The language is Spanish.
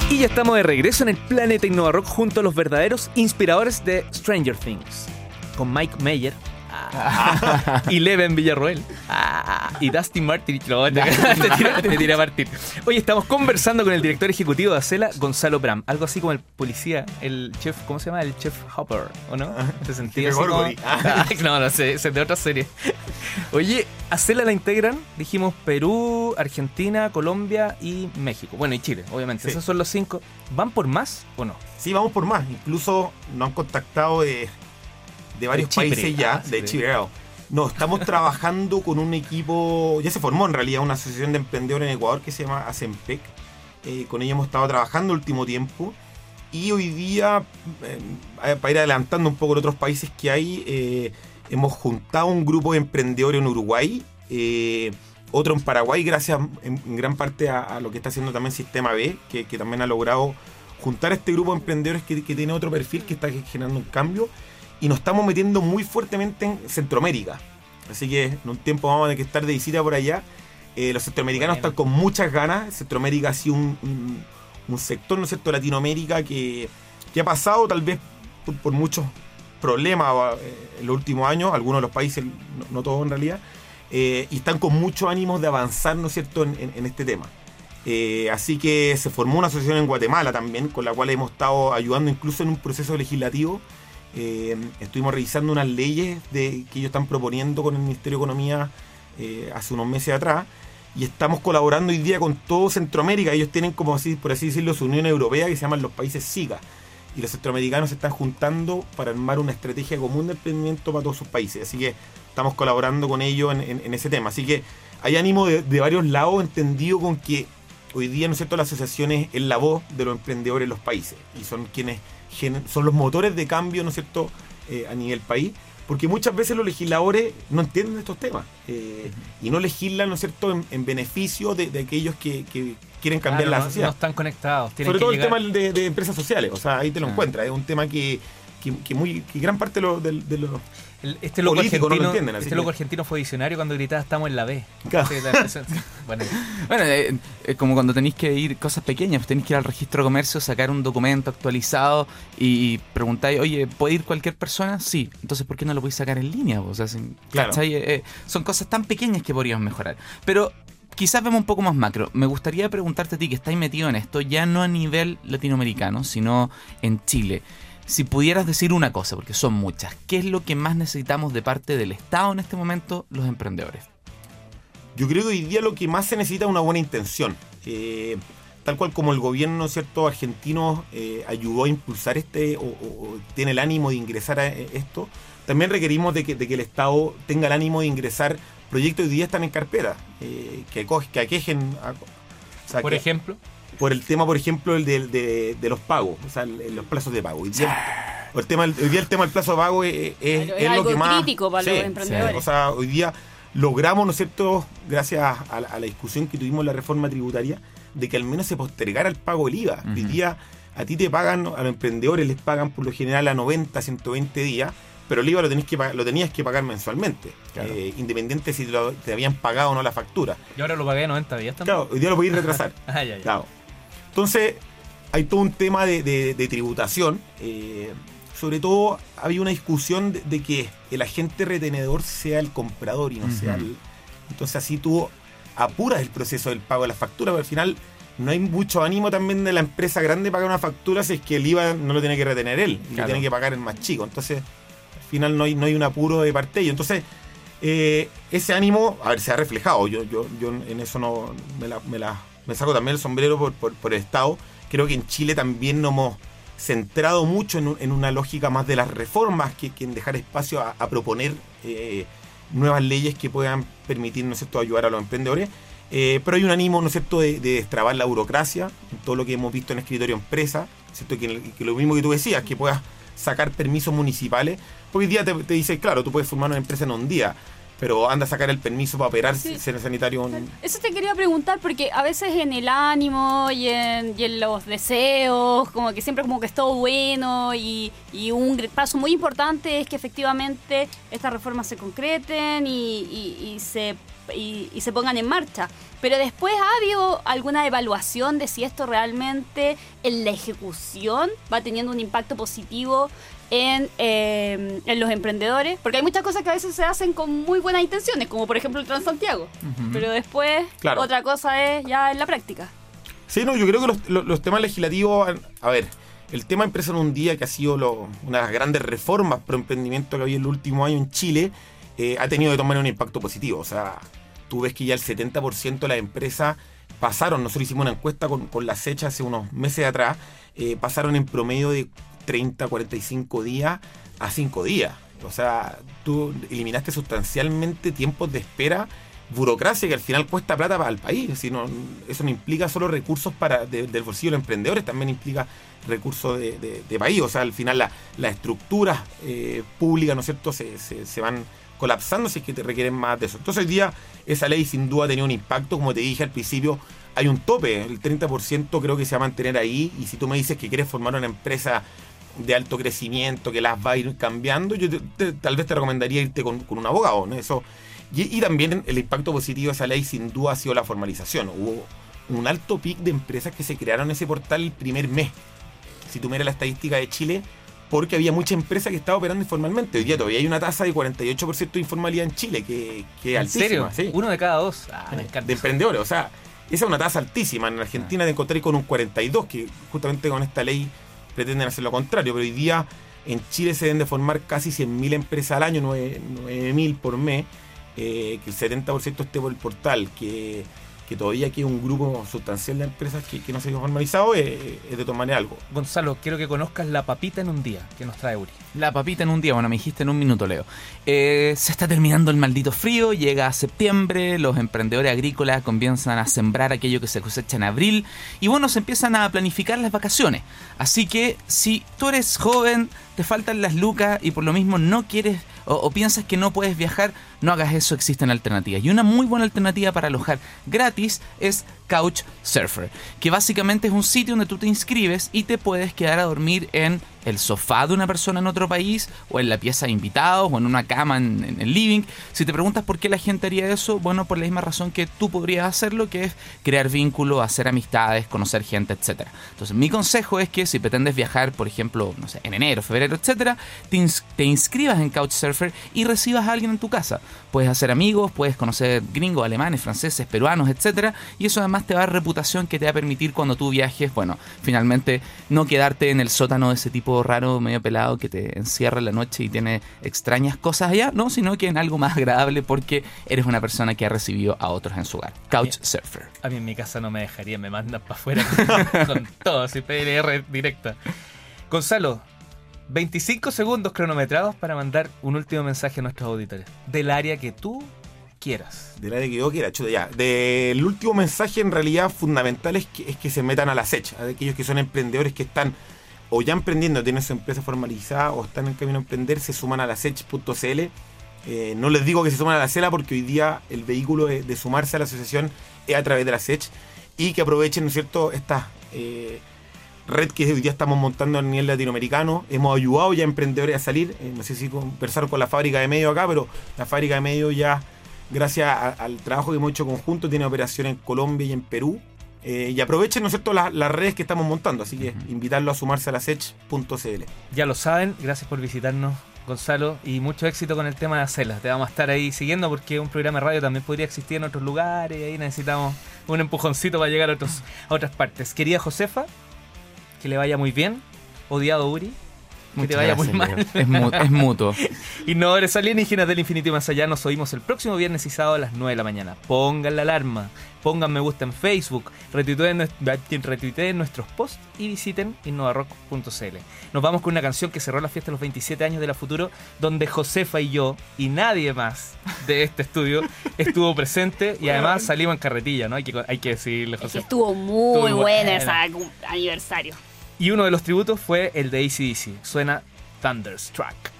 Y ya estamos de regreso en el Planeta Innova Rock junto a los verdaderos inspiradores de Stranger Things. Con Mike Meyer y Leven Villarroel y Dustin Martin. No, te tiré a Martín. Hoy estamos conversando con el director ejecutivo de Acela, Gonzalo Bram. Algo así como el policía, el chef, ¿cómo se llama? El chef Hopper, ¿o no? ¿Se sentía así como... No sé, es de otra serie. Oye, Acela la integran, dijimos Perú, Argentina, Colombia y México. Bueno, y Chile, obviamente. Sí. Esos son los 5. ¿Van por más o no? Sí, vamos por más. Incluso nos han contactado de varios países ya, de Chile. No, estamos trabajando con un equipo, ya se formó en realidad una asociación de emprendedores en Ecuador que se llama ASEMPEC. Con ella hemos estado trabajando el último tiempo. Y hoy día, para ir adelantando un poco en otros países que hay, hemos juntado un grupo de emprendedores en Uruguay, otro en Paraguay, gracias en gran parte a lo que está haciendo también Sistema B, que también ha logrado juntar a este grupo de emprendedores que tiene otro perfil, que está generando un cambio. Y nos estamos metiendo muy fuertemente en Centroamérica. Así que en un tiempo vamos a tener que estar de visita por allá. Los centroamericanos están con muchas ganas. Centroamérica ha sido un sector, ¿no es cierto?, Latinoamérica que ha pasado tal vez por muchos problemas en los últimos años, algunos de los países, no todos en realidad, y están con muchos ánimos de avanzar, ¿no es cierto?, en este tema. Así que se formó una asociación en Guatemala también, con la cual hemos estado ayudando incluso en un proceso legislativo. Estuvimos revisando unas leyes que ellos están proponiendo con el Ministerio de Economía hace unos meses atrás, y estamos colaborando hoy día con todo Centroamérica. Ellos tienen, como así, por así decirlo, su Unión Europea, que se llaman los países SIGA, y los centroamericanos se están juntando para armar una estrategia común de emprendimiento para todos sus países. Así que estamos colaborando con ellos en ese tema. Así que hay ánimo de varios lados, entendido con que hoy día, ¿no es cierto?, la asociación es la voz de los emprendedores en los países, y son quienes son los motores de cambio, ¿no es cierto?, a nivel país, porque muchas veces los legisladores no entienden estos temas y no legislan, ¿no es cierto?, en beneficio de aquellos que quieren cambiar la sociedad. No están conectados. Sobre todo el tema de empresas sociales, o sea, ahí te lo encuentras, es un tema que gran parte de los este loco políticos argentino, no lo entienden. Este loco argentino fue visionario cuando gritaba estamos en la B. Claro. Bueno, como cuando tenéis que ir cosas pequeñas, pues tenéis que ir al registro de comercio, sacar un documento actualizado y preguntáis, oye, ¿puede ir cualquier persona? Sí. Entonces, ¿por qué no lo podéis sacar en línea? O sea, claro. Son cosas tan pequeñas que podríamos mejorar. Pero quizás vemos un poco más macro. Me gustaría preguntarte a ti, que estás metido en esto, ya no a nivel latinoamericano, sino en Chile. Si pudieras decir una cosa, porque son muchas, ¿qué es lo que más necesitamos de parte del Estado en este momento, los emprendedores? Yo creo que hoy día lo que más se necesita es una buena intención. Tal cual como el gobierno, ¿cierto?, argentino ayudó a impulsar o tiene el ánimo de ingresar a esto, también requerimos de que el Estado tenga el ánimo de ingresar proyectos que hoy día están en carpeta, que aquejen... Por ejemplo... Por el tema, por ejemplo, el de los pagos, o sea, los plazos de pago. Hoy día el tema del plazo de pago es algo lo que más... crítico para los emprendedores. O sea, hoy día logramos, ¿no es cierto?, gracias a la discusión que tuvimos en la reforma tributaria, de que al menos se postergara el pago del IVA. Hoy día a ti te pagan, a los emprendedores les pagan por lo general a 90, 120 días, pero el IVA lo tenías que pagar mensualmente, claro. Independiente si te habían pagado o no la factura. Y ahora lo pagué a 90 días también. Claro, hoy día lo podéis retrasar. Ya. Claro. Entonces, hay todo un tema de tributación. Sobre todo, había una discusión de que el agente retenedor sea el comprador y no sea el... Entonces, así tú apuras el proceso del pago de la factura, pero al final no hay mucho ánimo también de la empresa grande pagar una factura si es que el IVA no lo tiene que retener él, y lo tiene que pagar el más chico. Entonces, al final no hay un apuro de parte de ellos. Entonces, ese ánimo, a ver, se ha reflejado. Yo en eso no me saco también el sombrero por el Estado. Creo que en Chile también nos hemos centrado mucho en una lógica más de las reformas que en dejar espacio a proponer nuevas leyes que puedan permitir, ¿no es cierto?, ayudar a los emprendedores. Pero hay un ánimo, ¿no es cierto?, de destrabar la burocracia, en todo lo que hemos visto en escritorio empresa, ¿cierto?, que lo mismo que tú decías, que puedas sacar permisos municipales. Porque hoy día te dice, claro, tú puedes formar una empresa en un día, pero anda a sacar el permiso para operar ser sanitario. Eso te quería preguntar, porque a veces en el ánimo y en los deseos, como que siempre como que es todo bueno, y un paso muy importante es que efectivamente estas reformas se concreten y se y se pongan en marcha. Pero después, ¿ha habido alguna evaluación de si esto realmente en la ejecución va teniendo un impacto positivo en los emprendedores? Porque hay muchas cosas que a veces se hacen con muy buenas intenciones, como por ejemplo el Transantiago. Pero después, otra cosa es ya en la práctica. Sí, no, yo creo que los temas legislativos, a ver, el tema Empresa en un Día, que ha sido una de las grandes reformas pro emprendimiento que había en el último año en Chile, ha tenido de todas maneras un impacto positivo. O sea, tú ves que ya el 70% de las empresas pasaron, nosotros hicimos una encuesta con la SECH hace unos meses atrás, pasaron en promedio de 30, 45 días a 5 días. O sea, tú eliminaste sustancialmente tiempos de espera, burocracia que al final cuesta plata para el país. Eso no implica solo recursos del bolsillo de los emprendedores, también implica recursos de país. O sea, al final las estructuras públicas, ¿no es cierto?, se van colapsando si es que te requieren más de eso. Entonces hoy día esa ley sin duda ha tenido un impacto. Como te dije al principio, hay un tope, el 30% creo que se va a mantener ahí, y si tú me dices que quieres formar una empresa de alto crecimiento que las va a ir cambiando, yo tal vez te recomendaría irte con un abogado, ¿no? Eso. Y también el impacto positivo de esa ley sin duda ha sido la formalización. Hubo un alto pic de empresas que se crearon en ese portal el primer mes. Si tú miras la estadística de Chile, porque había mucha empresa que estaba operando informalmente. Hoy día todavía hay una tasa de 48% de informalidad en Chile, que es altísima. ¿En serio? ¿Sí? 1 de cada 2. Me encanta. De emprendedores. O sea, esa es una tasa altísima. En Argentina te encontré con un 42%, que justamente con esta ley pretenden hacer lo contrario. Pero hoy día en Chile se deben de formar casi 100.000 empresas al año, 9.000 por mes. Que el 70% esté por el portal, que todavía queda un grupo sustancial de empresas que no se han formalizado, es de todas maneras algo. Gonzalo, quiero que conozcas la papita en un día que nos trae Uri. La papita en un día, bueno, me dijiste en un minuto, Leo. Se está terminando el maldito frío, llega septiembre, los emprendedores agrícolas comienzan a sembrar aquello que se cosecha en abril y bueno, se empiezan a planificar las vacaciones. Así que si tú eres joven, te faltan las lucas y por lo mismo no quieres o piensas que no puedes viajar, no hagas eso, existen alternativas. Y una muy buena alternativa para alojar gratis es Couchsurfer, que básicamente es un sitio donde tú te inscribes y te puedes quedar a dormir en el sofá de una persona en otro país, o en la pieza de invitados, o en una cama en el living. Si te preguntas por qué la gente haría eso, bueno, por la misma razón que tú podrías hacerlo, que es crear vínculos, hacer amistades, conocer gente, etc. Entonces, mi consejo es que si pretendes viajar, por ejemplo, no sé, en enero, febrero, etc., te inscribas en Couchsurfer y recibas a alguien en tu casa. Puedes hacer amigos, puedes conocer gringos, alemanes, franceses, peruanos, etc. Y eso además te va a dar reputación que te va a permitir cuando tú viajes, bueno, finalmente no quedarte en el sótano de ese tipo raro, medio pelado, que te encierra en la noche y tiene extrañas cosas allá, no, sino que en algo más agradable porque eres una persona que ha recibido a otros en su hogar. Couchsurfer. A mí en mi casa no me dejarían, me mandan para afuera con todo, así PLR directa. Gonzalo, 25 segundos cronometrados para mandar un último mensaje a nuestros auditores, del área que tú quieras. Del área que yo quiera, chuta, ya. Del último mensaje en realidad fundamental es que se metan a la SECH, a aquellos que son emprendedores que están o ya emprendiendo, tienen su empresa formalizada o están en camino a emprender, se suman a la sech.cl. No les digo que se suman a la CELA porque hoy día el vehículo de sumarse a la asociación es a través de la SECH, y que aprovechen, ¿no es cierto?, esta red que hoy día estamos montando a nivel latinoamericano. Hemos ayudado ya a emprendedores a salir, no sé si conversaron con la fábrica de medios acá, pero la fábrica de medios ya, gracias al trabajo que hemos hecho conjunto, tiene operación en Colombia y en Perú. Y aprovechen, ¿no es cierto?, las redes que estamos montando. Así que invitarlo a sumarse a la sech.cl. Ya lo saben, gracias por visitarnos, Gonzalo, y mucho éxito con el tema de la CELA. Te vamos a estar ahí siguiendo porque un programa de radio también podría existir en otros lugares y ahí necesitamos un empujoncito para llegar a otras partes. Querida Josefa, que le vaya muy bien. Odiado Uri, que Muchas te vaya gracias, muy mal. Es mutuo. Innovadores alienígenas del infinito y más allá, nos oímos el próximo viernes y sábado a las 9 de la mañana. Pongan la alarma, pongan me gusta en Facebook, retuiteen nuestros posts y visiten innovarock.cl. Nos vamos con una canción que cerró la fiesta de los 27 años de la Futuro, donde Josefa y yo y nadie más de este estudio estuvo presente y además salimos en carretilla, ¿no? Hay que decirle, Josefa. Estuvo muy bueno ese aniversario. Y uno de los tributos fue el de AC/DC. Suena Thunderstruck.